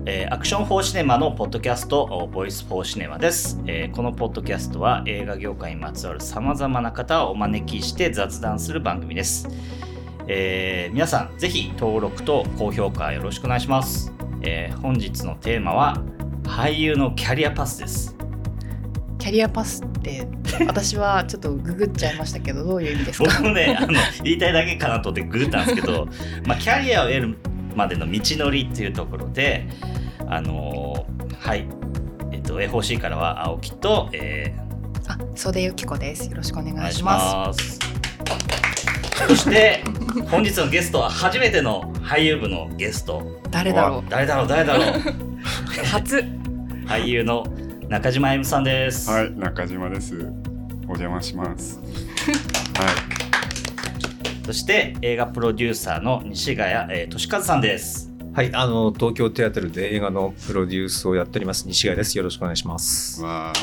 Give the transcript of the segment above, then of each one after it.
アクション・フォー・シネマのポッドキャストボイス・フォー・シネマです。このポッドキャストは映画業界にまつわるさまざまな方をお招きして雑談する番組です。皆さんぜひ登録と高評価よろしくお願いします。本日のテーマは俳優のキャリアパスです。 キャリアパスって私はちょっとググっちゃいましたけどどういう意味ですか？ 僕もね言いたいだけかなと思ってググったんですけどキャリアを得るまでの道のりっていうところではい、A4C からは青木と、 袖由紀子です。よろしくお願いします。 そして本日のゲストは初めての俳優部のゲスト。 誰だろう初俳優の中島歩さんです。 はい、中島です。お邪魔します。はい。 そして映画プロデューサーの西ヶ谷俊和さんです。 はい、東京テアトルで映画のプロデュースをやっております西ヶ谷です。よろしくお願いします。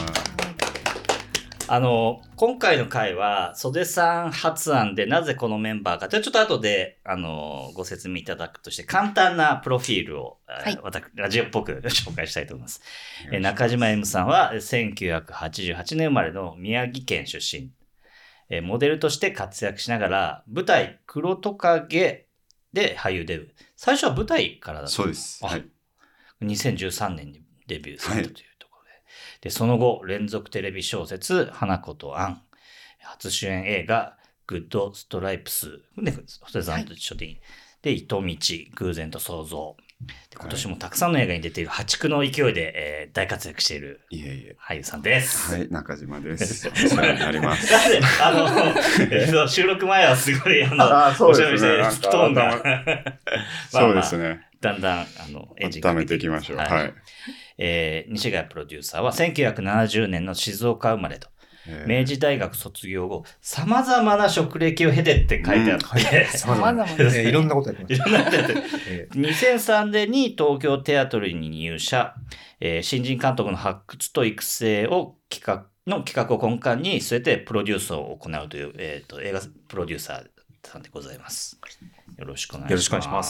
今回の回は袖さん発案でなぜこのメンバーかとちょっと後でご説明いただくとして簡単なプロフィールを、私ラジオっぽく紹介したいと思います。中島 M さんは1988年生まれの宮城県出身。モデルとして活躍しながら舞台黒トカゲで俳優デビュー。最初は舞台からだった。 そうです。はい。 2013年にデビューされたというところで、その後連続テレビ小説花子とアン、初主演映画グッドストライプスで細田さんと一緒で、で糸道偶然と想像で、今年もたくさんの映画に出ている破竹の勢いで、大活躍している俳優さんです。 はい、中島です。お世話になります。 収録前はすごいそうですね、 おしゃべりしてトーンがそうですね。 だんだんエンジン温めていきましょう。はい。 西ヶ谷プロデューサーは1970年の静岡生まれと。明治大学卒業後、様々な職歴を経てって書いてあって、 様々 いろんなことやってました。 2003年に東京テアトルに入社、新人監督の発掘と育成を企画を根幹に据えてプロデュースを行うという、映画プロデューサーさんでございます。よろしくお願いします。 よろしくお願いします。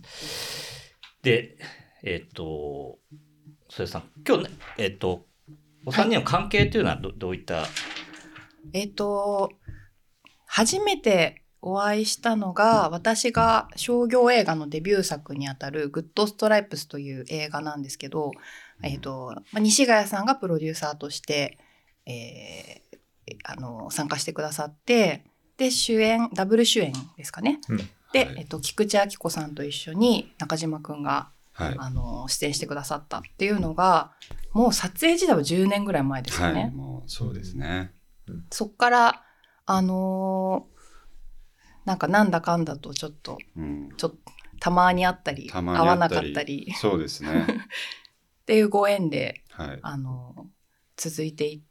で、それさん、今日ね、お三人の関係というのはどういった？ 初めてお会いしたのが私が商業映画のデビュー作にあたるグッドストライプスという映画なんですけど、西ヶ谷さんがプロデューサーとして、参加してくださって、でダブル主演ですかね。で、菊池亜希子さんと一緒に中島くんが出演してくださったっていうのがもう撮影自体は10年ぐらい前ですよね。 はい、もうそうですね。 そっからなんだかんだとちょっとたまに会ったり会わなかったりそうですねっていうご縁で、続いていって、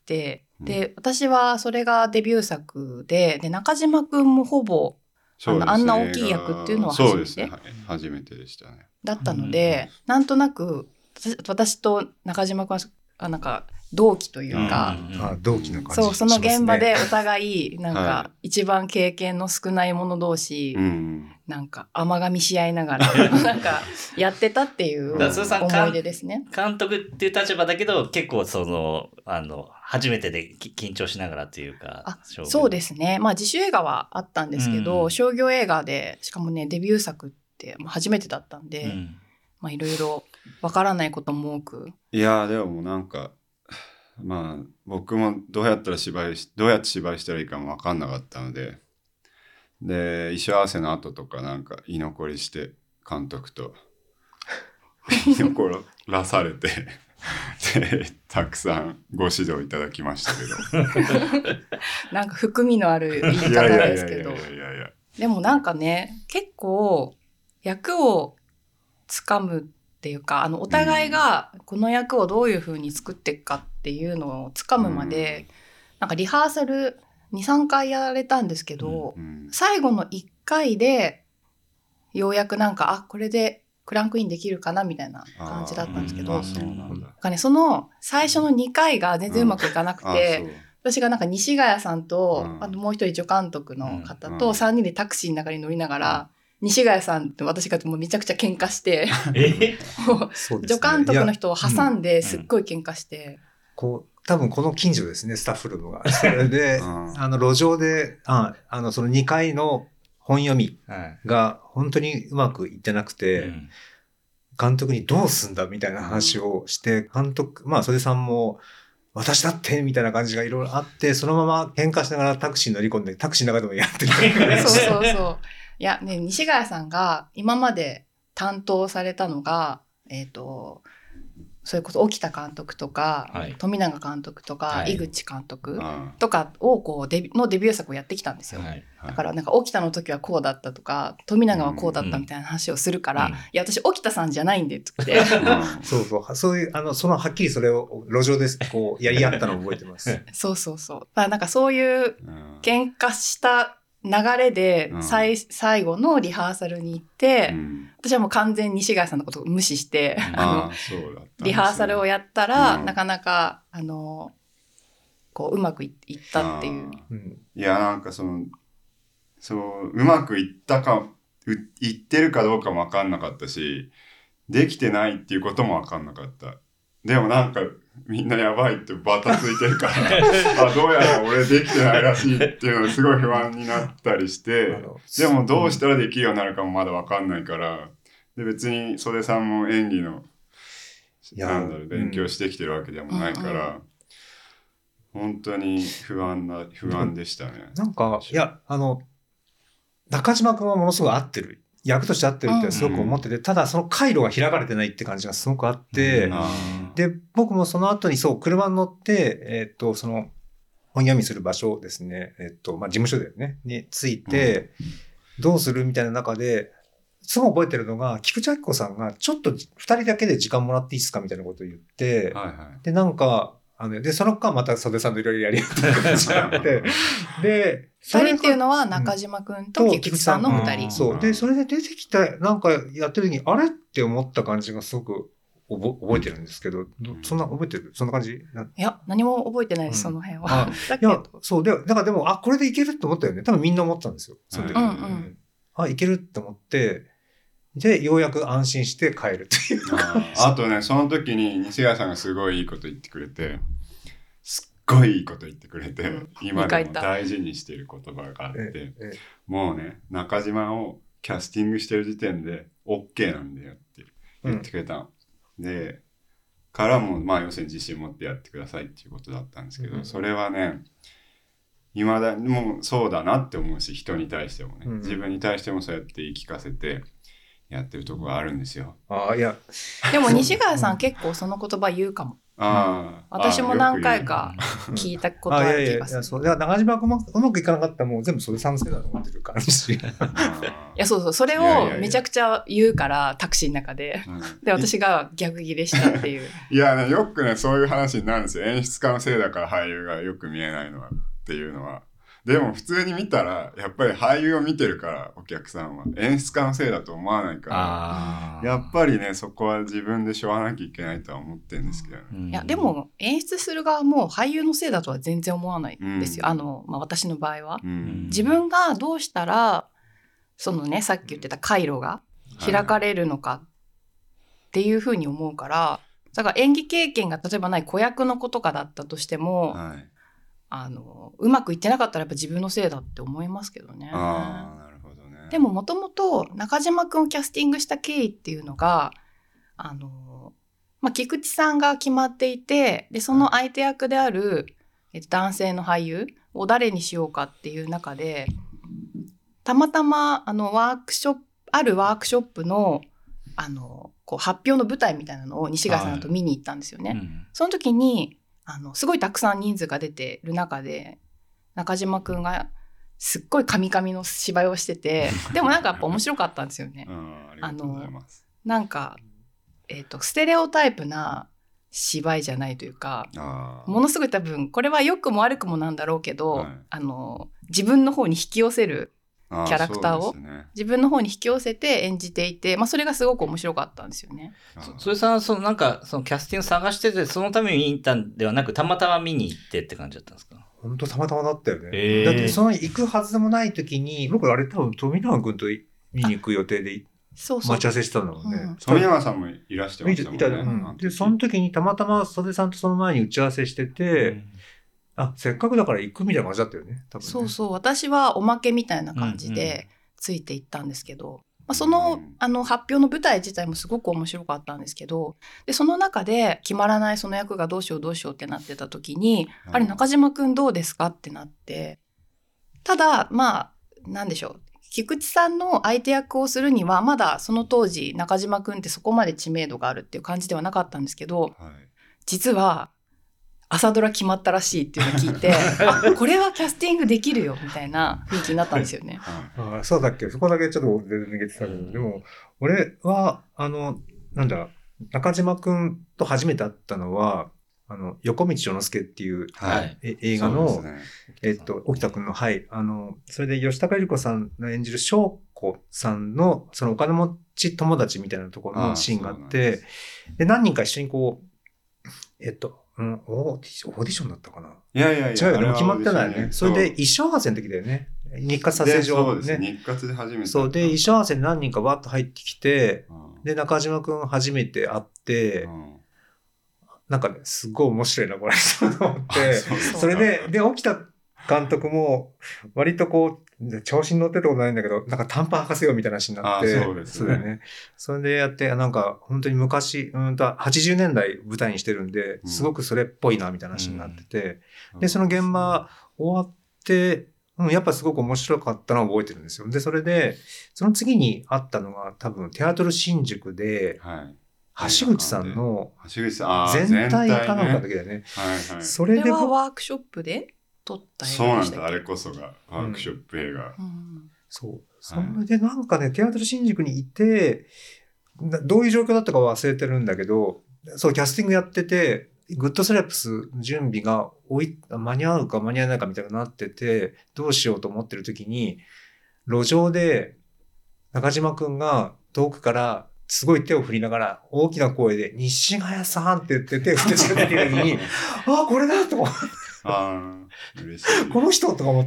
で私はそれがデビュー作で中島くんもほぼあんな大きい役っていうのは初めて、 初めてでしたね。 だったので、なんとなく私と中島君はなんか同期というか、 同期の感じしますね。 そう、その現場でお互いなんか一番経験の少ない者同士、なんか甘噛みし合いながらなんかやってたっていう思い出ですね。 監督っていう立場だけど結構初めてで緊張しながらというか。 そうですね。自主映画はあったんですけど、商業映画でしかもねデビュー作って初めてだったんで、いろいろわからないことも多く。 いやでもなんか僕もどうやって芝居したらいいかもわかんなかったので、衣装合わせの後とかなんか居残りして監督と居残らされてでたくさんご指導いただきましたけどなんか含みのある言い方ですけど、でもなんかね結構役をつかむっていうかお互いがこの役をどういう風に作っていくかっていうのをつかむまで、なんかリハーサル 2,3 回やられたんですけど、最後の1回でようやくなんかこれでクランクインできるかなみたいな感じだったんですけど、その最初の2回が全然うまくいかなくて、私がなんか西ヶ谷さんと、あともう一人助監督の方と3人でタクシーの中に乗りながら、 西ヶ谷さんと私がもうめちゃくちゃ喧嘩して、 そうですね、 助監督の人を挟んですっごい喧嘩して。 こう、多分この近所ですね、スタッフルームが。それで、路上で、その2階の本読みが本当にうまくいってなくて、監督にどうすんだみたいな話をして、監督、袖さんも、私だってみたいな感じがいろいろあって、そのまま喧嘩しながらタクシーに乗り込んで、タクシーの中でもやってる。 そう。いやね、西ヶ谷さんが今まで担当されたのが、それこそ沖田監督とか、富永監督とか、井口監督とかをこうデビュー作をやってきたんですよ。だからなんか沖田の時はこうだったとか、富永はこうだったみたいな話をするから、いや私沖田さんじゃないんでって言って。 そういうはっきりそれを路上でこうやり合ったのを覚えてます。 そう。なんかそういう喧嘩した流れで最後のリハーサルに行って、私はもう完全に西ヶ谷さんのことを無視してリハーサルをやったら、なかなかこううまくいったっていう。 いやなんかそううまくいったかいってるかどうかも分かんなかったし、できてないっていうことも分かんなかった。でもなんかみんなやばいってバタついてるからどうやら俺できてないらしいっていうのですごい不安になったりしてでもどうしたらできるようになるかもまだ分かんないからで別に袖さんも演技の勉強してきてるわけでもないから、本当に不安でしたね。 なんかいや中島君はものすごい合ってる。役として合ってるってすごく思ってて、ただその回路が開かれてないって感じがすごくあって、で、僕もその後に車に乗って、その本読みする場所ですね、事務所だよね、に着いて、どうするみたいな中で、すごい覚えてるのが、菊池亜希子さんがちょっと2人だけで時間もらっていいですかみたいなことを言って、で、なんか、で、その間また袖さんといろいろやり合ってる感じがあって、で、 2人っていうのは中島くんと菊池さんの2人。 そう。で、それで出てきた、なんかやってる時に、あれって思った感じがすごく覚えてるんですけど、そんな覚えてる？そんな感じ？いや、何も覚えてないです、その辺は。だけど。 そう。だからでも、これでいけるって思ったよね。多分みんな思ったんですよ。その時に。いけるって思って、で、ようやく安心して帰るっていう。 あとね、その時に西川さんがすごいいいこと言ってくれて、すっごいいいこと言ってくれて、今でも大事にしてる言葉があって、もうね、中島をキャスティングしてる時点で OK なんだよって言ってくれたの。で、からも、要するに自信持ってやってくださいっていうことだったんですけど、それはね、未だにもうそうだなって思うし、人に対してもね、自分に対してもそうやって言い聞かせて、やってるとこがあるんですよ。 いや。 でも西川さん結構その言葉言うかも。私も何回か聞いたことある気がする。 そう。だから中島君もうまくいかなかったらもう全部袖さんのせいだと思ってる感じ。いや、そう。それをめちゃくちゃ言うから、タクシーの中で。で、私が逆ギレしたっていう。 いやね、よくね、そういう話になるんですよ。演出家のせいだから俳優がよく見えないのはっていうのは。でも普通に見たらやっぱり俳優を見てるからお客さんは演出家のせいだと思わないからやっぱりねそこは自分でしょわなきゃいけないとは思ってるんですけどね。 いやでも演出する側も俳優のせいだとは全然思わないんですよ。私の場合は、自分がどうしたらそのねさっき言ってた回路が開かれるのかっていうふうに思うから、だから演技経験が例えばない子役の子とかだったとしても、うまくいってなかったらやっぱ自分のせいだって思いますけどね。 なるほどね。 でももともと中島くんをキャスティングした経緯っていうのが菊池さんが決まっていて、でその相手役である、男性の俳優を誰にしようかっていう中でたまたまあるワークショップのこう発表の舞台みたいなのを西川さんと見に行ったんですよね。その時にすごいたくさん人数が出てる中で中島くんがすっごいカミカミの芝居をしててでもなんかやっぱ面白かったんですよね。 ありがとうございます。 なんか、ステレオタイプな芝居じゃないというか、ものすごい多分これは良くも悪くもなんだろうけど、自分の方に引き寄せるキャラクターを自分の方に引き寄せて演じていて、それがすごく面白かったんですよね。 それさ、なんかそのキャスティング探しててそのために見に行ったんではなくたまたま見に行ってって感じだったんですか？ 本当たまたまだったよね。だってその行くはずでもない時に僕あれ多分富永君と見に行く予定でそうそう待ち合わせしてたんだもんね。 富永さんもいらしてましたもんね。 で、その時にたまたま袖さんとその前に打ち合わせしてて、せっかくだから行くみたいな感じだったよね。多分ね。 そうそう。私はおまけみたいな感じでついていったんですけど、その、発表の舞台自体もすごく面白かったんですけど、で、その中で決まらないその役がどうしようってなってた時に、あれ中島くんどうですかってなって、ただ、なんでしょう。菊池さんの相手役をするには、まだその当時中島くんってそこまで知名度があるっていう感じではなかったんですけど、実は朝ドラ決まったらしいっていうのを聞いてこれはキャスティングできるよみたいな雰囲気になったんですよね。 そうだっけ、そこだけちょっと抜けてたけど、でも俺は中島くんと初めて会ったのは横道世之助っていう、映画の、沖田くんの、それで吉高由里子さんの演じる翔子さんのそのお金持ち友達みたいなところのシーンがあって、で何人か一緒にこうオーディションだったかな。 いや違うよね、決まってないよね。それで衣装合わせの時だよね。日活撮影所そうですね。日活で初めて。 そうで衣装合わせで何人かバッと入ってきて、で中島くん初めて会って、なんかねすごい面白いなこれと思って、それで沖田監督も割とこう調子に乗ってたことないんだけど、なんか短パン履かせようみたいな話になって、 そうですね。 そうだよね。それでやってなんか本当に昔80年代舞台にしてるんで、すごくそれっぽいなみたいな話になってて、でその現場終わってやっぱすごく面白かったのを覚えてるんですよ。でそれでその次に会ったのが多分テアトル新宿で、橋口さんの全体かなんかの時だよね。 それはワークショップで撮った映画でしたっけ？ そうなんだ、あれこそがワークショップ映画。 そう。それでなんかね、テアトル新宿にいて、どういう状況だったか忘れてるんだけど、そう、キャスティングやってて、グッドスレップス準備が間に合うか間に合わないかみたいになってて、どうしようと思ってる時に、路上で中島くんが遠くからすごい手を振りながら大きな声で西ヶ谷さんって言って手を振って喋ってる時にこれだと思って嬉しいこの人とか思って、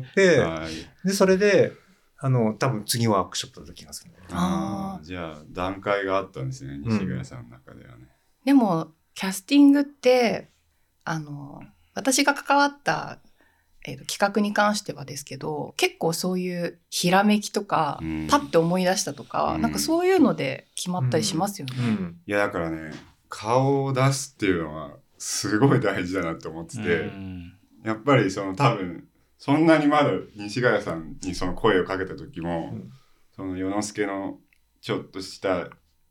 でそれで多分次ワークショップだった気がする。 じゃあ段階があったんですね、西ヶ谷さんの中ではね。 でもキャスティングって私が関わった企画に関してはですけど、結構そういうひらめきとか、パッて思い出したとか、なんかそういうので決まったりしますよね。 いやだからね、顔を出すっていうのはすごい大事だなって思ってて、やっぱり多分そんなにまだ西ヶ谷さんにその声をかけた時も、その世之助のちょっとした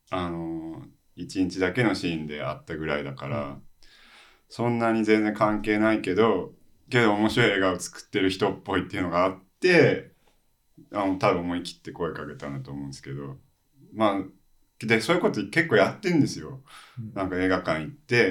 1日だけのシーンであったぐらいだから、そんなに全然関係ないけど面白い映画を作ってる人っぽいっていうのがあって、多分思い切って声かけたんだと思うんですけど、でそういうこと結構やってんですよ。なんか映画館行って、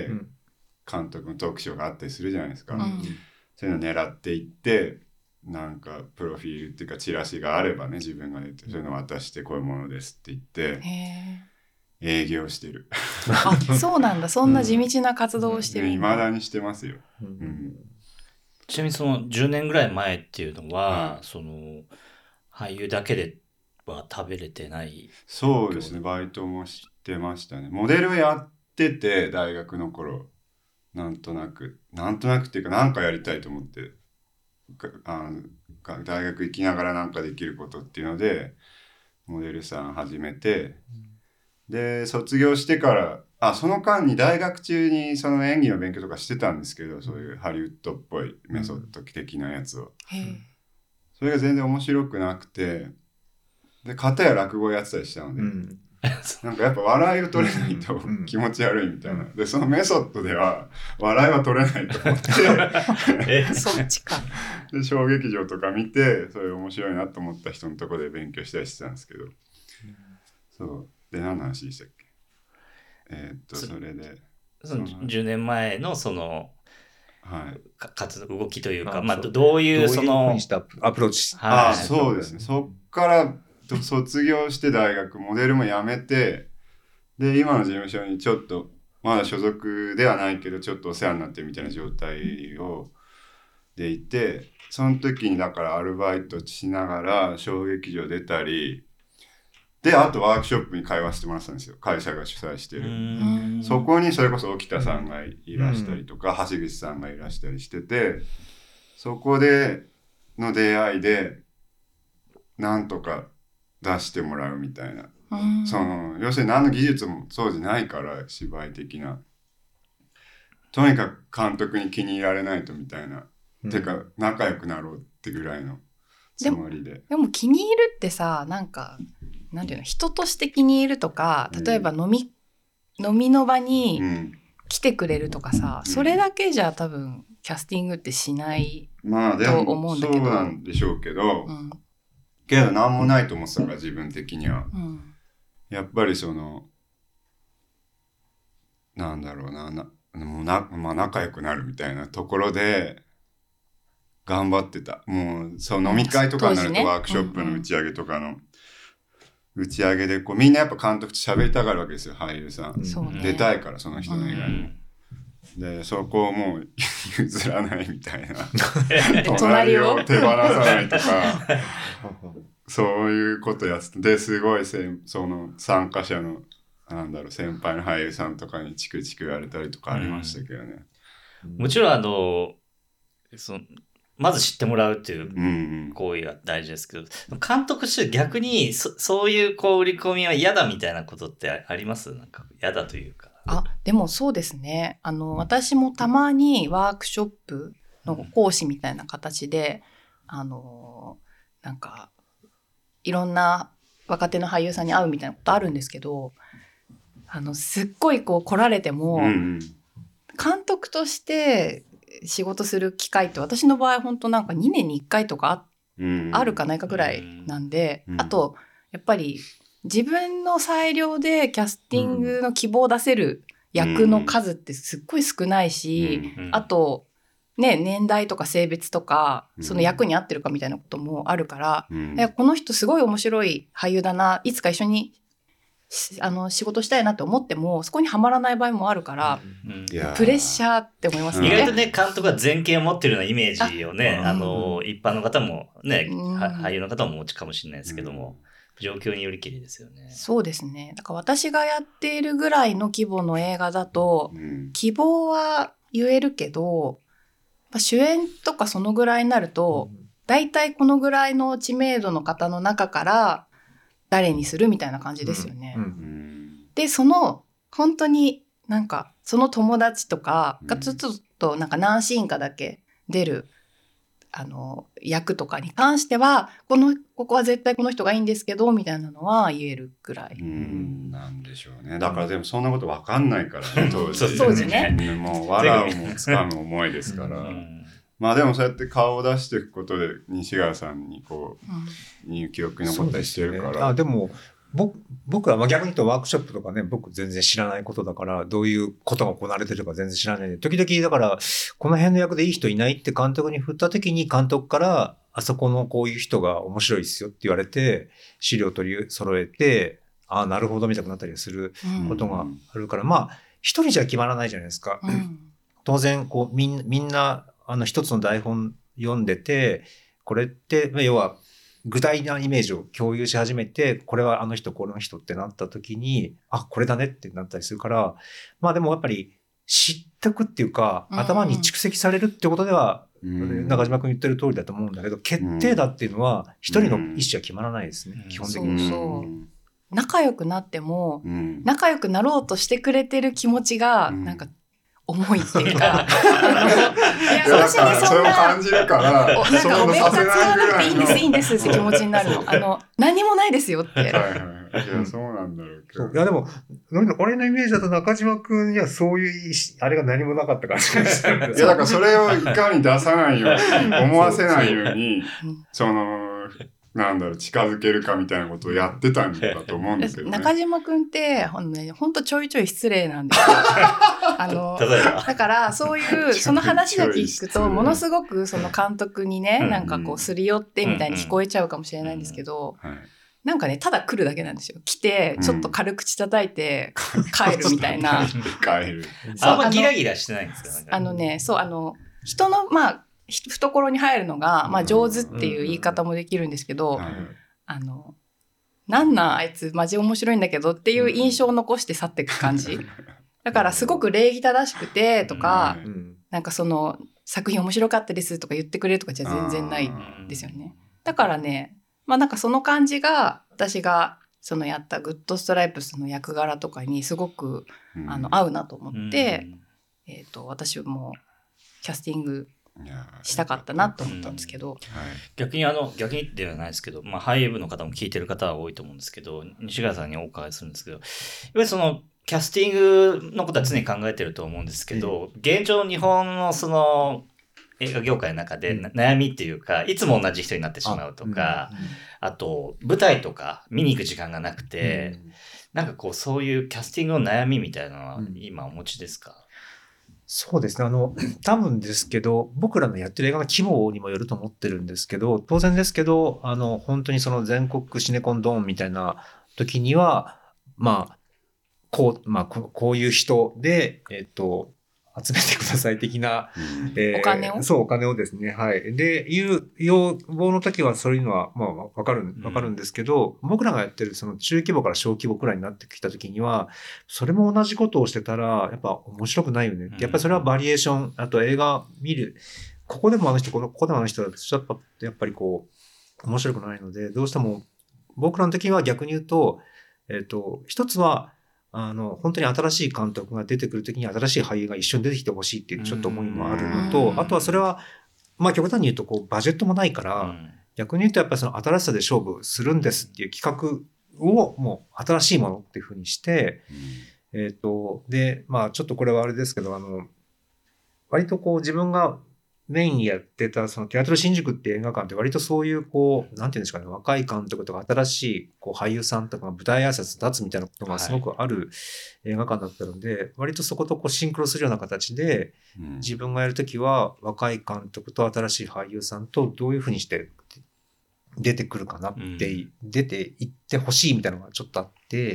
監督のトークショーがあったりするじゃないですか。そういうの狙っていって、なんかプロフィールっていうかチラシがあればね、自分が出てそういうのを渡してこういうものですって言って営業してる。 そうなんだ。そんな地道な活動をしてる。 未だにしてますよ。 ちなみにその10年ぐらい前っていうのは、その俳優だけでは食べれてない。 そうですね、バイトもしてましたね。モデルやってて、大学の頃なんとなくっていうか、なんかやりたいと思って大学行きながらなんかできることっていうのでモデルさん始めて、で卒業してからその間に大学中にその演技の勉強とかしてたんですけど、そういうハリウッドっぽいメソッド的なやつを、それが全然面白くなくて、で片や落語やってたりしたので、なんかやっぱ笑いを取れないと気持ち悪いみたいな。でそのメソッドでは笑いは取れないと思ってそっちか。 で小劇場とか見て、それ面白いなと思った人のところで勉強したりしてたんですけど、そうで何の話でしたっけ？それでその10年前のその活動動きというか、どういうそのアプローチ。 そうですね。そっから卒業して大学モデルも辞めて、で今の事務所にちょっとまだ所属ではないけどちょっとお世話になってるみたいな状態でいて、その時にだからアルバイトしながら小劇場出たり、 で、あとワークショップに通わせてもらってたんですよ。会社が主催してる。そこにそれこそ沖田さんがいらしたりとか、橋口さんがいらしたりしてて、そこでの出会いで、なんとか出してもらうみたいな。要するに何の技術も当時ないから、芝居的な。とにかく監督に気に入られないとみたいな。てか、仲良くなろうってぐらいのつもりで。 でも気に入るってさ、なんか、なんていうの、人として気に入るとか、例えば飲みの場に来てくれるとかさ、それだけじゃ多分キャスティングってしないと思うんだけど。 そうなんでしょうけど、けど何もないと思ってたから自分的には。やっぱりなんだろうな、まあ仲良くなるみたいなところで、頑張ってた。もう、飲み会とかになるとワークショップの打ち上げとかの、打ち上げでみんなやっぱ監督と喋りたがるわけですよ、俳優さん。出たいから、その人の映画に。で、そこをもう譲らないみたいな。隣を手放さないとか、そういうことやってて、すごい参加者の、先輩の俳優さんとかにチクチク言われたりとかありましたけどね。 もちろんまず知ってもらうっていう行為が大事ですけど、監督して逆にそういう売り込みは嫌だみたいなことってあります？なんか嫌だというか。 でもそうですね。私もたまにワークショップの講師みたいな形で、なんかいろんな若手の俳優さんに会うみたいなことあるんですけど、すっごい来られても、監督として仕事する機会って私の場合本当なんか2年に1回とかあるかないかぐらいなんで、あとやっぱり自分の裁量でキャスティングの希望を出せる役の数ってすっごい少ないし、あとね、年代とか性別とかその役に合ってるかみたいなこともあるから、この人すごい面白い俳優だな、いつか一緒に仕事したいなって思ってもそこにはまらない場合もあ一プレッシャーって思いますね。 意外とね、監督が全権を持ってるようなイメージをね、一般の方もね、俳優の方もお持ちかもしれないですけども、状況によりきりですよね。 そうですね。だから私がやっているぐらいの規模の映画だと、希望は言えるけど、主演とかそのぐらいになると、だいたいこのぐらいの知名度の方の中から誰にするみたいな感じですよね。で、本当になんかその友達とかがちょっとなんか何シーンかだけ出る役とかに関してはここは絶対この人がいいんですけどみたいなのは言えるぐらい。 なんでしょうね。だからでもそんなこと分かんないからね、当時。 そうですね。 もう藁をもつかむ思いですから。まあでもそうやって顔を出していくことで西川さんに記憶に残ったりしてるから。 でも僕は逆に言うとワークショップとかね、僕全然知らないことだから、どういうことが行われてるか全然知らないで、時々だから、この辺の役でいい人いないって監督に振った時に監督から、あそこのこういう人が面白いですよって言われて、資料取り揃えて、なるほど見たくなったりすることがあるから、まあ、一人じゃ決まらないじゃないですか。当然、みんな、一つの台本読んでて、これって、要は、具体なイメージを共有し始めて、これはあの人、この人ってなった時に、これだねってなったりするから、まあでもやっぱり知っておくっていうか、頭に蓄積されるってことでは、中島君言ってる通りだと思うんだけど、決定だっていうのは一人の意思は決まらないですね、基本的に。 仲良くなっても、仲良くなろうとしてくれてる気持ちが、なんか、重いっていうか、 私にそれを感じるから、 なんかお弁当使わなくていいんですって気持ちになるの。何もないですよって。 いや、そうなんだろうけど。 いや、でも、俺のイメージだと中島くんにはそういうあれが何もなかった感じがした。 いや、だからそれをいかに出さないように、思わせないように、近づけるかみたいなことをやってたんだと思うんですけどね。 中島くんって、ほんとちょいちょい失礼なんですよ。だから、そういう、その話だけ聞くと、ものすごくその監督にね、なんかすり寄ってみたいに聞こえちゃうかもしれないんですけど、なんかね、ただ来るだけなんですよ。来て、ちょっと軽口叩いて、帰るみたいな。 帰る。 あんまギラギラしてないんですか？ 人の、懐に入るのが、上手っていう言い方もできるんですけど、 なんなんあいつマジ面白いんだけどっていう印象を残して去っていく感じ。だからすごく礼儀正しくてとか、なんかその作品面白かったですとか言ってくれるとかじゃ全然ないんですよね。だからね、まあなんかその感じが私がそのやったグッドストライプスの役柄とかにすごく合うなと思って、私もキャスティングしたかったなと思ったんですけど、 逆にではないですけど、まあ、俳優部の方も聞いてる方は多いと思うんですけど、西川さんにお伺いするんですけど、いわゆるそのキャスティングのことは常に考えてると思うんですけど、現状日本のその映画業界の中で悩みっていうか、いつも同じ人になってしまうとか、あと舞台とか見に行く時間がなくて、なんかこうそういうキャスティングの悩みみたいなのは今お持ちですか？ そうですね。多分ですけど、僕らのやってる映画の規模にもよると思ってるんですけど、当然ですけど、本当にその全国シネコンドーンみたいな時には、まあ、こういう人で、集めてください的な、 お金を？ そう、お金をですね。はい。で、いう要望の時はそういうのは、まあ、わかるんですけど、僕らがやってるその中規模から小規模くらいになってきた時には、それも同じことをしてたら、やっぱ面白くないよね。やっぱりそれはバリエーション、あと映画見る、ここでもあの人、ここでもあの人だと、ちょっとやっぱりこう、面白くないので、どうしても、僕らの時は逆に言うと、一つは、本当に新しい監督が出てくるときに新しい俳優が一緒に出てきてほしいっていうちょっと思いもあるのと、あとはそれは、まあ極端に言うとこうバジェットもないから、逆に言うとやっぱりその新しさで勝負するんですっていう企画をもう新しいものっていうふうにして、で、まあちょっとこれはあれですけど、割とこう自分がメインやってたそのテアトル新宿っていう映画館って割とそういうこう、なんていうんですかね、若い監督とか新しいこう俳優さんとかが舞台挨拶立つみたいなことがすごくある映画館だったので、割とそことこうシンクロするような形で、自分がやるときは若い監督と新しい俳優さんとどういうふうにして出てくるかなって、出ていってほしいみたいなのがちょっとあって、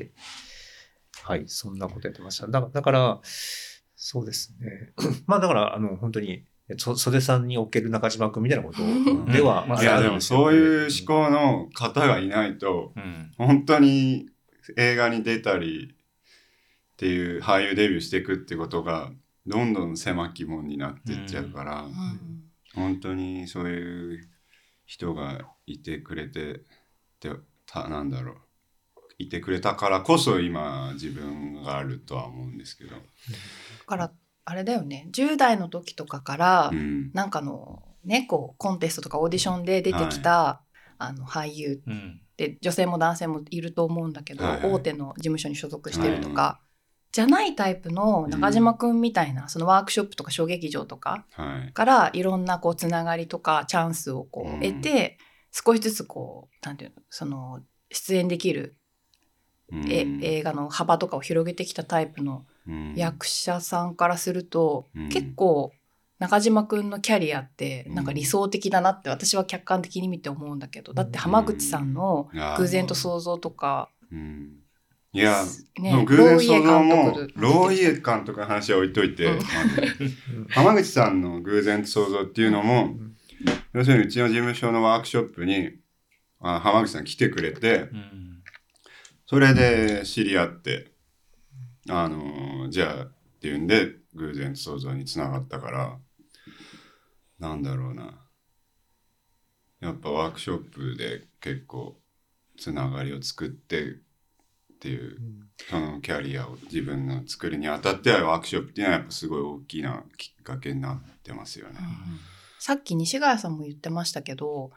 はい、そんなことやってました。だから、そうですね。まあだから、本当に、袖さんにおける中島君みたいなことでは、 いやでもそういう思考の方がいないと、本当に映画に出たりっていう俳優デビューしていくってことがどんどん狭き門になっていっちゃうから、本当にそういう人がいてくれてなんだろう、いてくれたからこそ今自分があるとは思うんですけど。 だからあれだよね、10代の時とかから、なんかのね、こうコンテストとかオーディションで出てきた、俳優って女性も男性もいると思うんだけど、大手の事務所に所属してるとか、じゃないタイプの中島くんみたいな、そのワークショップとか小劇場とかからいろんなこうつながりとかチャンスをこう得て、少しずつこうなんていうの、その出演できる映画の幅とかを広げてきたタイプの役者さんからすると、結構中島くんのキャリアってなんか理想的だなって私は客観的に見て思うんだけど、だって浜口さんの偶然と想像とか、 いや、ね、偶然想像もローイエ監督の話は置いといて、浜口さんの偶然と想像っていうのも、要するにうちの事務所のワークショップに浜口さん来てくれて、それで知り合って、じゃあっていうんで偶然と想像につながったから、なんだろうな、やっぱワークショップで結構つながりを作ってっていう、そのキャリアを自分の作るにあたってはワークショップっていうのはやっぱすごい大きなきっかけになってますよね。 さっき西川さんも言ってましたけど、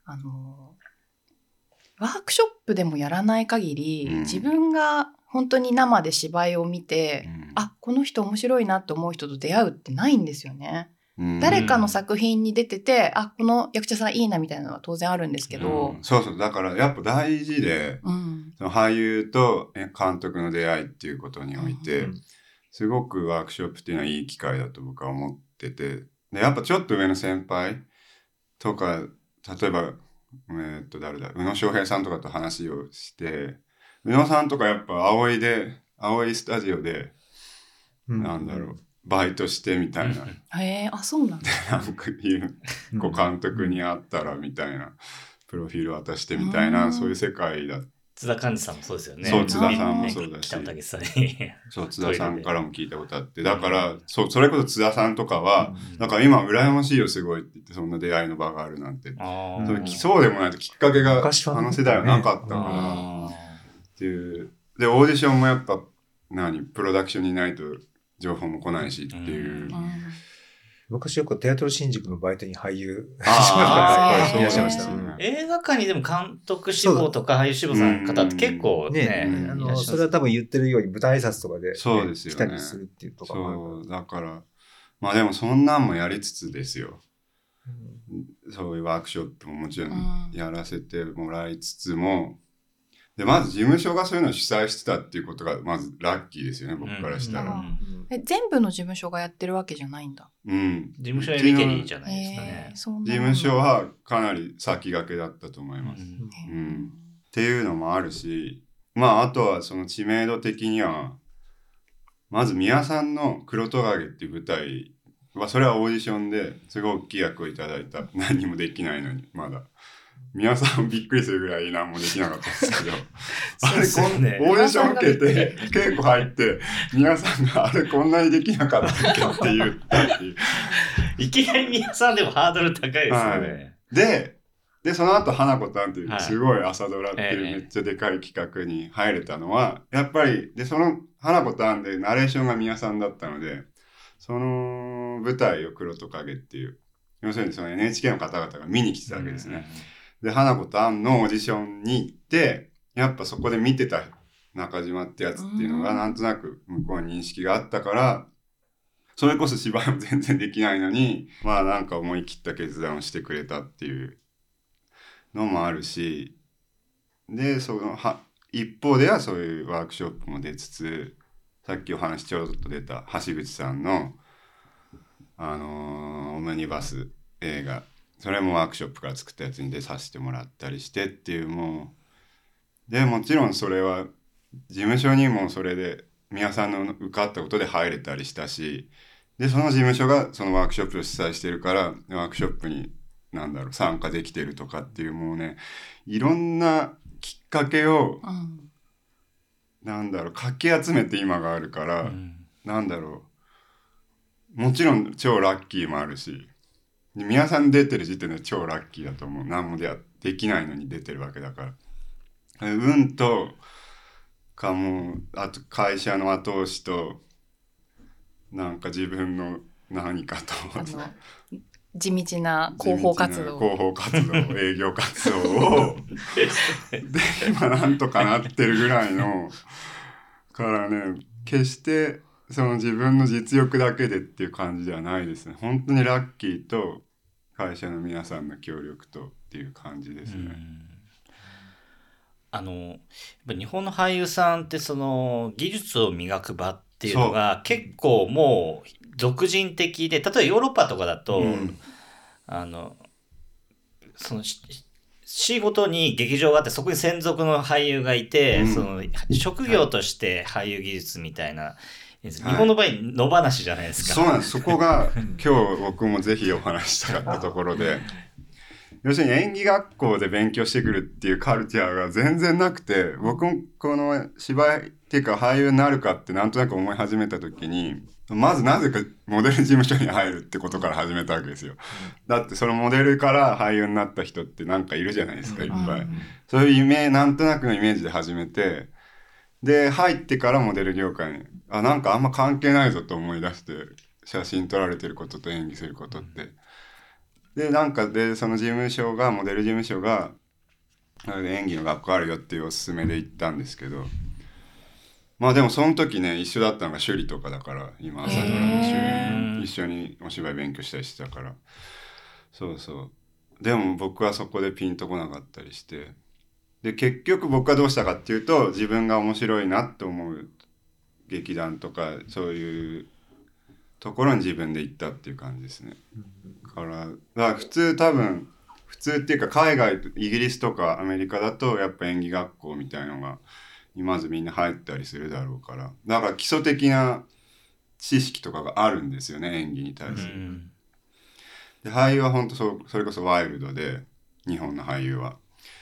ワークショップでもやらない限り、自分が本当に生で芝居を見て、この人面白いなと思う人と出会うってないんですよね。誰かの作品に出てて、この役者さんいいなみたいなのは当然あるんですけど、 そうそう、だからやっぱ大事で、その俳優と監督の出会いっていうことにおいて、すごくワークショップっていうのはいい機会だと僕は思ってて、でやっぱちょっと上の先輩とか、例えば誰だ、宇野昌平さんとかと話をして、宇野さんとかやっぱ青いスタジオで、なんだろう、バイトしてみたいな。 そうなんだ。 なんかこう監督に会ったらみたいな、プロフィール渡してみたいな、そういう世界だっ津田寛治さんもそうですよね。 そう、津田さんもそうだし。 北野武さんに。 そう、津田さんからも聞いたことあって。だから、そう、それこそ津田さんとかは、なんか今羨ましいよ、すごいって言って、そんな出会いの場があるなんて。そうでもないときっかけが、あの世代はなかったから。っていう。で、オーディションもやっぱ、プロダクションにないと情報も来ないしっていう。 昔よくテアトル新宿のバイトに俳優いらっしゃいました。 映画館にでも監督志望とか俳優志望さん方って結構ね、 それは多分言ってるように舞台挨拶とかで来たりするっていうところもある。そう、だから、まあでもそんなんもやりつつですよ。そういうワークショップももちろんやらせてもらいつつも、でまず事務所がそういうのを主催してたっていうことがまずラッキーですよね、僕からしたら。 全部の事務所がやってるわけじゃないんだ。 事務所やりけりじゃないですかね。 事務所はかなり先駆けだったと思います。っていうのもあるし、まああとはその知名度的には、まず宮さんの黒トカゲっていう舞台は、それはオーディションですごい大きい役をいただいた。何もできないのに、まだ。皆さんびっくりするぐらい何もできなかったんですけどオーディション受けて稽古入って皆さんがあれこんなにできなかったっけって言ったっていういきなり皆さんでもハードル高いですよね、 でその後花子たんっていうすごい朝ドラっていうめっちゃでかい企画に入れたのはやっぱりでその花子たんでナレーションが宮さんだったのでその舞台を黒トカゲっていう要するにその NHK の方々が見に来てたわけですね、で、花子とアンのオーディションに行って、やっぱそこで見てた中島ってやつっていうのがなんとなく向こうに認識があったから、それこそ芝居も全然できないのに、まあなんか思い切った決断をしてくれたっていうのもあるし、で、一方ではそういうワークショップも出つつ、さっきお話ちょうど出た橋口さんの、オムニバス映画、それもワークショップから作ったやつに出させてもらったりしてっていうもちろんそれは事務所にもそれで宮さんの受かったことで入れたりしたしでその事務所がそのワークショップを主催してるからワークショップに参加できてるとかっていうもうねいろんなきっかけを、かき集めて今があるから、もちろん超ラッキーもあるし宮さん出てる時点で超ラッキーだと思う。何もできないのに出てるわけだから。運とかもあと会社の後押しとなんか自分の何かと地道な広報活動営業活動をで今なんとかなってるぐらいのからね決してその自分の実力だけでっていう感じではないですね。本当にラッキーと会社の皆さんの協力とっていう感じですね。 やっぱ日本の俳優さんってその技術を磨く場っていうのが結構もう俗人的で、例えばヨーロッパとかだと、その市ごとに劇場があってそこに専属の俳優がいて、その職業として俳優技術みたいな、日本の場合野放しじゃないですか。 そうなんです。そこが今日僕もぜひお話ししたかったところで要するに演技学校で勉強してくるっていうカルチャーが全然なくて僕もこの芝居っていうか俳優になるかってなんとなく思い始めた時にまずなぜかモデル事務所に入るってことから始めたわけですよ。だってそのモデルから俳優になった人ってなんかいるじゃないですかいっぱい。そういうなんとなくのイメージで始めてで入ってからモデル業界になんかあんま関係ないぞと思い出して写真撮られてることと演技することってでその事務所がモデル事務所が演技の学校あるよっていうおすすめで行ったんですけどまあでもその時ね一緒だったのが趣里とかだから今朝ドラの趣里一緒にお芝居勉強したりしてたからそうでも僕はそこでピンとこなかったりしてで結局僕はどうしたかっていうと自分が面白いなって思う劇団とかそういうところに自分で行ったっていう感じですね。だから普通っていうか海外イギリスとかアメリカだとやっぱ演技学校みたいのがまずみんな入ったりするだろうからだから基礎的な知識とかがあるんですよね演技に対する。で俳優は本当それこそワイルドで日本の俳優は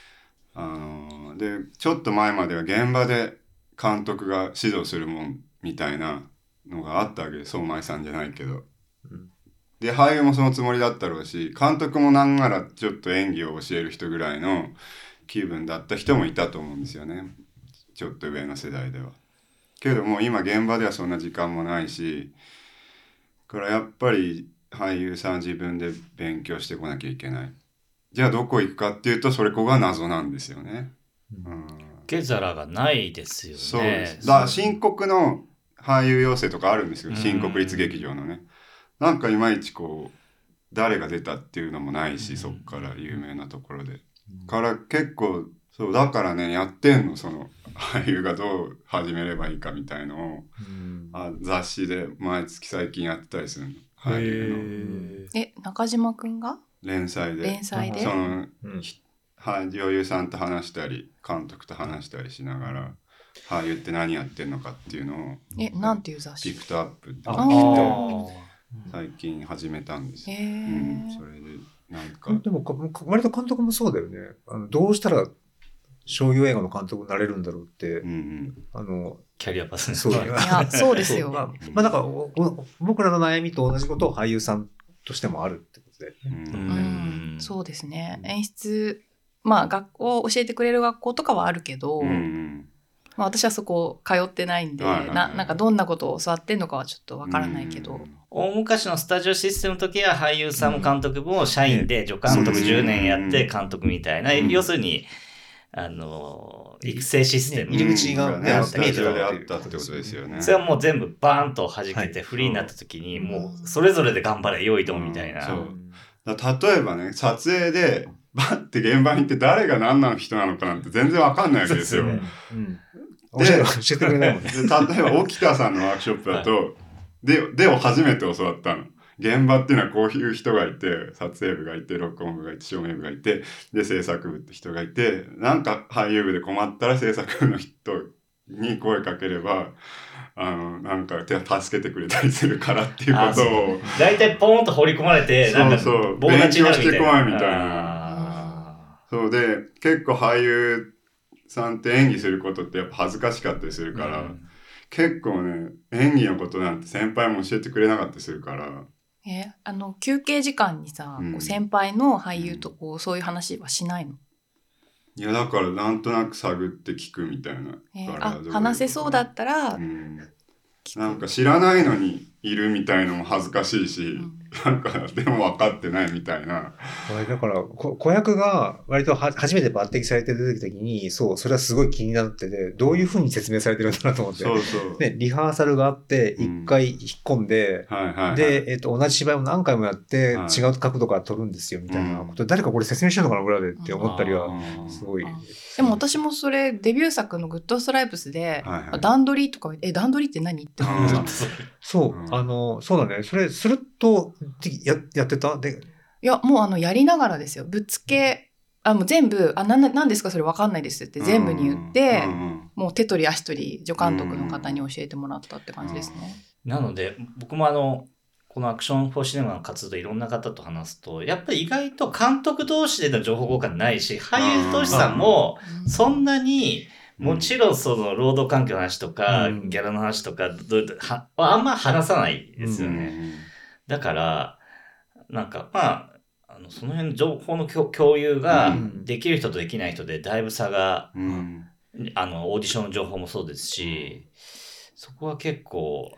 でちょっと前までは現場で監督が指導するもんみたいなのがあったわけで、相馬さんじゃないけど、で俳優もそのつもりだったろうし、監督もなんならちょっと演技を教える人ぐらいの気分だった人もいたと思うんですよね、ちょっと上の世代では。けどもう今現場ではそんな時間もないし、だからやっぱり俳優さん自分で勉強してこなきゃいけない。じゃあどこ行くかっていうと、それこが謎なんですよね。 受け皿がないですよね。 そうです。だから新国の俳優養成とかあるんですよ、新国立劇場のね。なんかいまいちこう誰が出たっていうのもないし、そっから有名なところで。から結構そうだからね、やってんの、その俳優がどう始めればいいかみたいのを、雑誌で毎月最近やってたりするの、俳優の。中島くんが連載でその、女優さんと話したり監督と話したりしながら、俳優って何やってんのかっていうのをなんていう雑誌？ ピクトアップって最近始めたんですよ。それでなんかでも割と監督もそうだよね。どうしたら商業映画の監督になれるんだろうって、 キャリアパスね。 いやそうですよ。 だから僕らの悩みと同じことを俳優さんとしてもあるってことで、 そうですね。演出、まあ学校教えてくれる学校とかはあるけど、まあ、私はそこ通ってないんで、なんかどんなことを教わってんのかはちょっとわからないけど、 大昔のスタジオシステムの時は俳優さんも監督も社員で助監督10年やって監督みたいな、要するに育成システム、 入り口がね、 スタジオであったってことですよね。 それはもう全部バーンと弾けてフリーになった時に、もうそれぞれで頑張れ、用意どんみたいな。 例えばね、撮影でバッて現場に行って誰が何の人なのかなんて全然わかんないわけですよ。 教えてくれないもんね。 例えば沖田さんのワークショップだと、でを初めて教わったの。現場っていうのはこういう人がいて、撮影部がいて、録音部がいて、照明部がいて、で制作部って人がいて、なんか俳優部で困ったら制作部の人に声かければなんか助けてくれたりするからっていうことを大体ポーンと放り込まれて、なんか勉強してこいみたいな。そうで、結構俳優さんって演技することってやっぱ恥ずかしかったりするから、結構ね、演技のことなんて先輩も教えてくれなかったりするから。 休憩時間にさ、こう先輩の俳優とこうそういう話はしないの？ いやだからなんとなく探って聞くみたいな。 話せそうだったら、 なんか知らないのにいるみたいのも恥ずかしいし、なんかでも分かってないみたいな。 だから子役が割と初めて抜擢されて出てきた時に、それはすごい気になってて、どういう風に説明されてるんだなと思って、ね、リハーサルがあって一回引っ込んで、で、同じ芝居を何回もやって違う角度から撮るんですよみたいなこと、誰かこれ説明してるのかな裏でって思ったりはすごい。 でも私もそれデビュー作のグッドストライプスで、段取りとか段取りって何って思った。 そうだね。それするとやってたで。 いやもうやりながらですよ。ぶっつけもう全部何ですかそれ分かんないですって全部に言って、もう手取り足取り助監督の方に教えてもらったって感じですね。 なので僕もこのアクション・フォー・シネマの活動いろんな方と話すと、やっぱり意外と監督同士での情報交換ないし、俳優同士さんもそんなに、もちろんその労働環境の話とか、ギャラの話とかあんま話さないですよね。だからなんかその辺の情報の共有ができる人とできない人でだいぶ差が、オーディションの情報もそうですし、そこは結構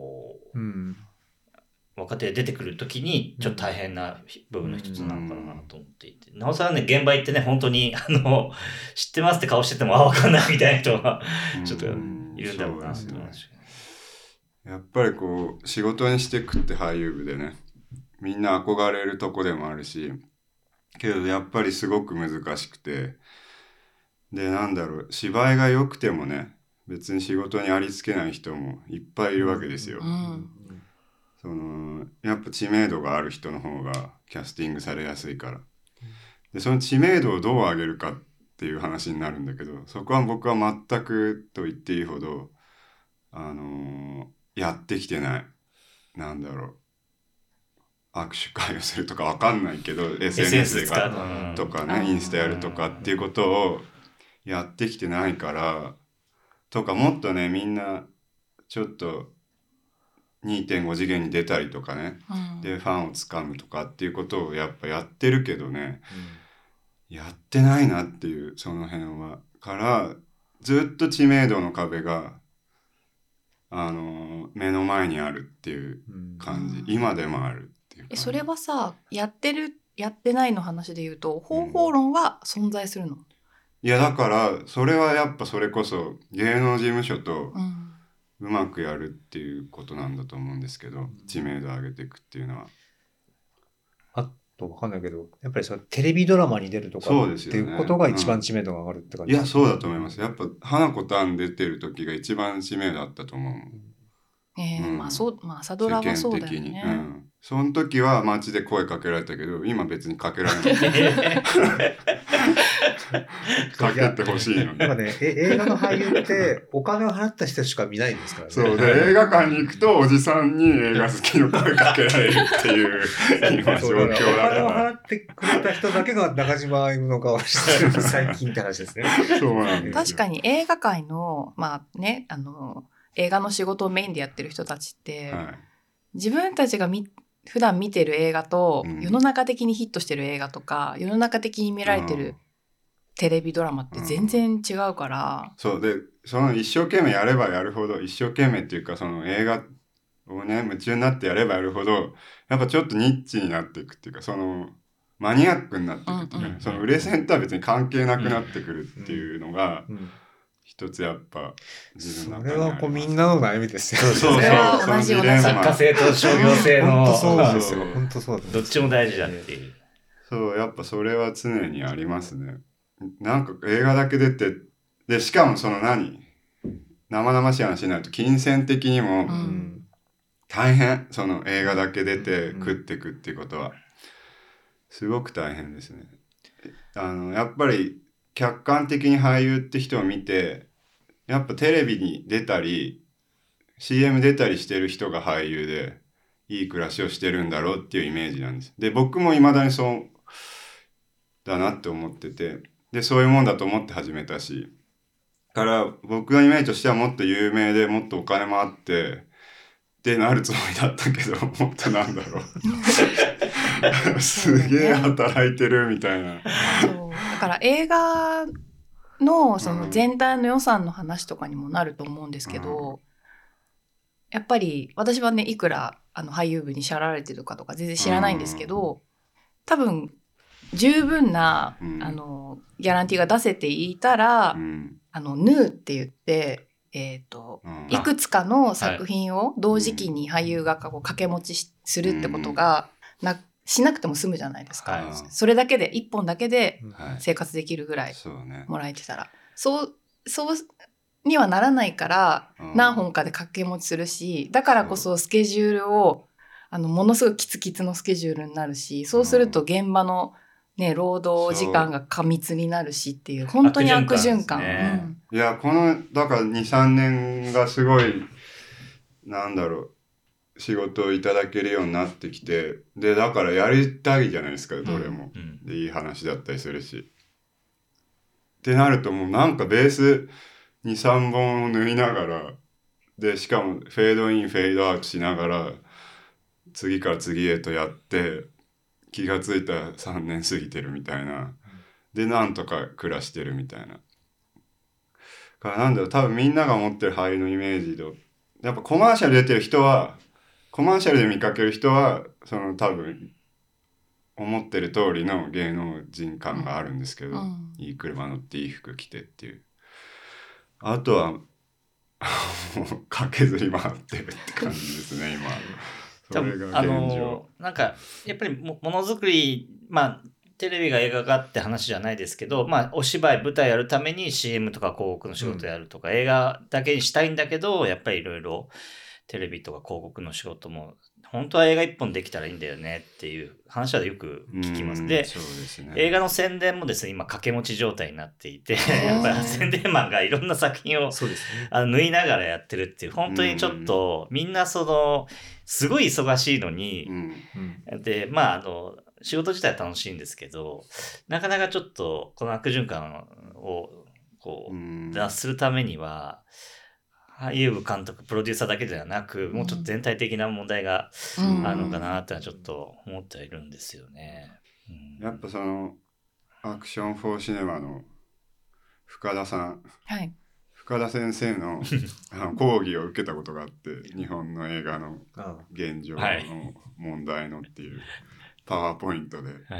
若手で出てくるときにちょっと大変な部分の一つなのかなと思っていて、なおさらね、現場行ってね、本当に知ってますって顔しててもわかんないみたいな人がちょっといるんだろうなと思いました。 やっぱりこう仕事にしてくって俳優部でね、みんな憧れるとこでもあるし、けどやっぱりすごく難しくて、で芝居が良くてもね、別に仕事にありつけない人もいっぱいいるわけですよ。やっぱ知名度がある人の方がキャスティングされやすいから、でその知名度をどう上げるかっていう話になるんだけど、そこは僕は全くと言っていいほどやってきてない。 握手会をするとかわかんないけど SNS で使うとかね、インスタやるとかっていうことをやってきてないからとか、もっとねみんなちょっと 2.5 次元に出たりとかね、でファンをつかむとかっていうことをやっぱやってるけどね、やってないなっていう、その辺はからずっと知名度の壁が目の前にあるっていう感じ、今でもあるっていう感じ。 それはさ、やってるやってないの話で言うと方法論は存在するの？ いやだからそれはやっぱそれこそ芸能事務所とうまくやるっていうことなんだと思うんですけど、知名度上げていくっていうのは。 あとわかんないけど、やっぱりそのテレビドラマに出るとかっていうことが一番知名度が上がるって感じ、 いやそうだと思います。やっぱ花子たん出てる時が一番知名度あったと思う。 まあそう、まあ朝ドラはそうだよね。 その時は街で声かけられたけど、今別にかけられないかけてほしいのに。 なんかね、映画の俳優ってお金を払った人しか見ないんですからね。 そうで、映画館に行くとおじさんに映画好きの声かけられるっていう今状況だから。 お金を払ってくれた人だけが中島歩の顔をしてる最近って話ですね。 そうなんです。 確かに映画界のまあね、映画の仕事をメインでやってる人たちって、自分たちが普段見てる映画と、世の中的にヒットしてる映画とか世の中的に見られてるテレビドラマって全然違うから、 そうで、その一生懸命やればやるほど、一生懸命っていうかその映画をね夢中になってやればやるほどやっぱちょっとニッチになっていくっていうか、そのマニアックになっていくっていうか、その売れ線とは別に関係なくなってくるっていうのが、一つやっぱ自分の中にあります。それはこうみんなの悩みですよ。 そう同じような作家性と商業性のそうですよ。本当そうです。 どっちも大事だっていう。 そうやっぱそれは常にありますね。なんか映画だけ出てで、しかもその生々しい話になると金銭的にも大変、その映画だけ出て食ってくっていうことはすごく大変ですね。やっぱり客観的に俳優って人を見て、やっぱテレビに出たり CM 出たりしてる人が俳優でいい暮らしをしてるんだろうっていうイメージなんです。で、僕も未だにそうだなって思ってて、でそういうもんだと思って始めたし、から僕のイメージとしてはもっと有名でもっとお金もあってってなるつもりだったけど、もっとなんだろうすげえ働いてるみたいな。 そうだから映画のその全体の予算の話とかにもなると思うんですけど、やっぱり私はね、いくら俳優部に支払われてるかとか全然知らないんですけど、多分十分な、ギャランティーが出せていたら、ヌーって言って、いくつかの作品を同時期に俳優がこう掛け持ちするってことがしなくても済むじゃないですか。それだけで1本だけで生活できるぐらいもらえてたら、そうにはならないから何本かで掛け持ちするし、だからこそスケジュールをものすごいキツキツのスケジュールになるし、そうすると現場のね、労働時間が過密になるしっていう、本当に悪循環。 いや、だから2、3年がすごい、なんだろう、仕事をいただけるようになってきて、で、だからやりたいじゃないですか、どれも。で、いい話だったりするし。ってなるともうなんかベース2、3本を縫いながら、で、しかもフェードイン、フェードアウトしながら、次から次へとやって、気がついたら3年過ぎてるみたいな。で、なんとか暮らしてるみたいな。からなんだろう、多分みんなが持ってる俳優のイメージと、やっぱコマーシャル出てる人は、コマーシャルで見かける人は、その多分、思ってる通りの芸能人感があるんですけど、いい車乗っていい服着てっていう。あとは、もう駆けずり回ってるって感じですね、今。それが現状。 なんかやっぱりものづくり、テレビが映画がって話じゃないですけど、お芝居舞台やるために CM とか広告の仕事やるとか、映画だけにしたいんだけど、やっぱりいろいろテレビとか広告の仕事も本当は映画一本できたらいいんだよねっていう話はよく聞きます。で、 そうですね、 映画の宣伝もですね、今掛け持ち状態になっていて、やっぱり宣伝マンがいろんな作品をそうですね。 縫いながらやってるっていう、本当にちょっとみんなすごい忙しいのに、で、仕事自体は楽しいんですけど、なかなかちょっとこの悪循環をこう脱するためには、俳優部監督、プロデューサーだけではなく、もうちょっと全体的な問題があるのかなってのはちょっと思ってはいるんですよね。 やっぱそのアクション・フォー・シネマの深田さん、 はい、 深田先生の講義を受けたことがあって、日本の映画の現状の問題のっていうパワーポイントで、はい、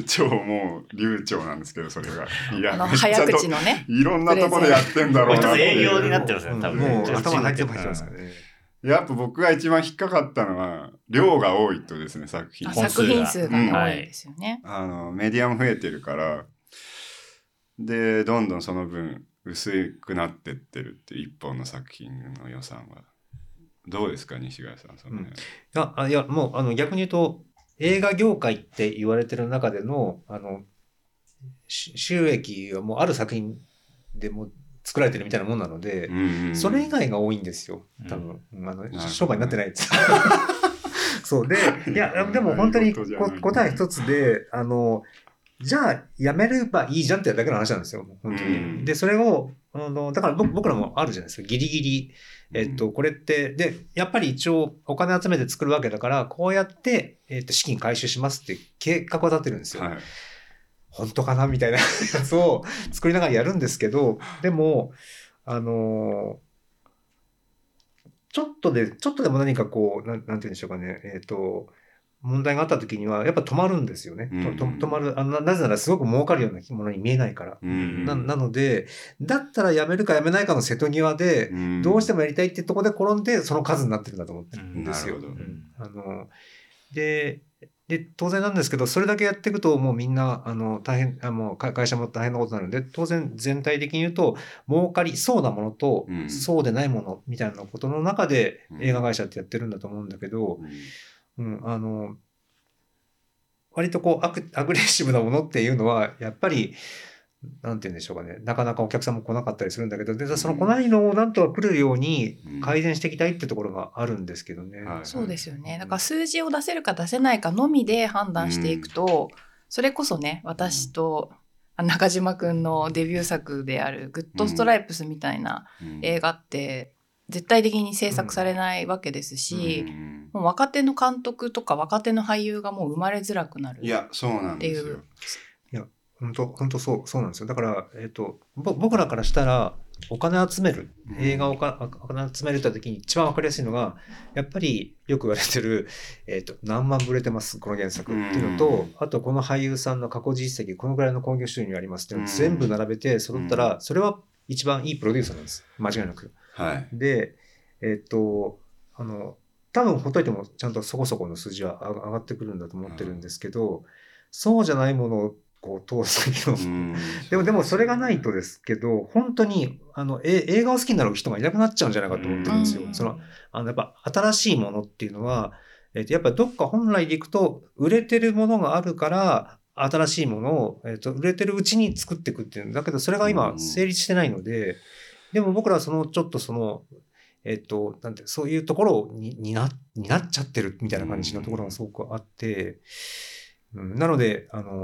超もう流暢なんですけど、それがいや早口のね、 いろんなところでやってんだろうなって営業になってますね、多分。 もう頭入ってますからね。 やっぱ僕が一番引っかかったのは量が多いとですね、作品数が、ね、多いですよね。 メディアも増えてるから、でどんどんその分薄くなってってるっていう一本の作品の予算はどうですか、西貝さん。その辺、 いやもう逆に言うと、映画業界って言われてる中での収益はもうある作品でも作られてるみたいなもんなので、それ以外が多いんですよ多分、商売になってないです。そうで、いやでも本当に答え一つで、じゃあやめればいいじゃんってだけの話なんですよ本当に。でそれをだから僕らもあるじゃないですか、ギリギリ。これって、で、やっぱり一応お金集めて作るわけだから、こうやって、資金回収しますって計画を立てるんですよ。はい、本当かなみたいなやつを作りながらやるんですけど、でも、ちょっとでも何かこう、なんて言うんでしょうかね、問題があった時にはやっぱ止まるんですよね。止まる。なぜならすごく儲かるようなものに見えないから。なので、だったらやめるかやめないかの瀬戸際で、どうしてもやりたいってところで転んで、その数になってるんだと思ってるんですよ。で、当然なんですけど、それだけやっていくと、もうみんな、大変、もう会社も大変なことになるんで、当然全体的に言うと、儲かりそうなものと、そうでないものみたいなことの中で映画会社ってやってるんだと思うんだけど、割とこうアグレッシブなものっていうのはやっぱりなんて言うんでしょうかね、なかなかお客さんも来なかったりするんだけど、でその来ないのをなんとか来るように改善していきたいってところがあるんですけどね。 そうですよね。だから数字を出せるか出せないかのみで判断していくと、それこそね、私と中島くんのデビュー作であるグッドストライプスみたいな映画って絶対的に制作されないわけですし、もう若手の監督とか若手の俳優がもう生まれづらくなるっていう。 いや、そうなんですよ。 いや、本当そうなんですよ。だから、僕らからしたらお金集める、映画をお金集めるって時に一番わかりやすいのが、やっぱりよく言われてる、何万部売れてます、この原作っていうのと、あとこの俳優さんの過去実績、このぐらいの興行収入ありますっていうのを全部並べて揃ったら、それは一番いいプロデューサーなんです。間違いなく。 はい。 で、多分ほっといてもちゃんとそこそこの数字は上がってくるんだと思ってるんですけど、そうじゃないものをこう通すけど、でもそれがないとですけど、本当に映画を好きになる人がいなくなっちゃうんじゃないかと思ってるんですよ。やっぱ新しいものっていうのは、やっぱどっか本来でいくと売れてるものがあるから新しいものを、売れてるうちに作っていくっていうんだけど、それが今成立してないので、でも僕らはちょっとなんてそういうところになっちゃってるみたいな感じのところがすごくあって、なので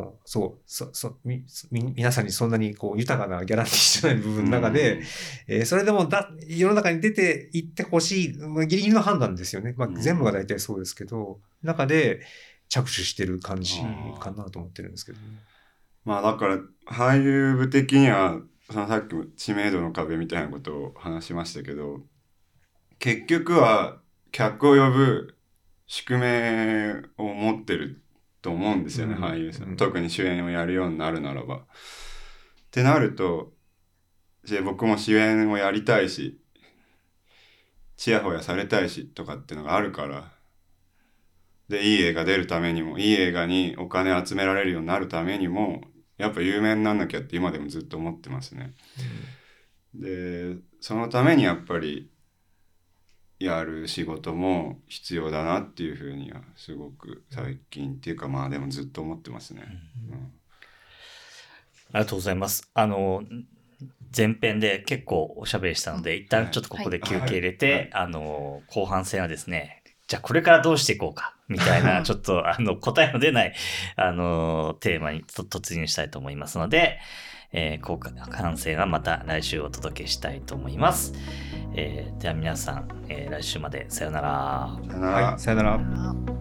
皆さんにそんなにこう豊かなギャランティーじゃない部分の中で、それでも世の中に出ていってほしい、ギリギリの判断ですよね。全部が大体そうですけど、中で着手してる感じかなと思ってるんですけどね。 だから俳優部的にはさっきも知名度の壁みたいなことを話しましたけど、結局は客を呼ぶ宿命を持ってると思うんですよね、俳優さん。特に主演をやるようになるならば。ってなると、僕も主演をやりたいし、ちやほやされたいしとかっていうのがあるから、で、いい映画出るためにも、いい映画にお金集められるようになるためにも、やっぱ有名になんなきゃって今でもずっと思ってますね。で、そのためにやっぱりやる仕事も必要だなっていうふうにはすごく最近っていうかまあでもずっと思ってますね。 ありがとうございます。前編で結構おしゃべりしたので、一旦ちょっとここで休憩入れて、後半戦はですね、じゃあこれからどうしていこうかみたいなちょっと答えの出ないテーマに突入したいと思いますので、後半戦はまた来週お届けしたいと思います。では皆さん、来週までさよなら。 さよなら。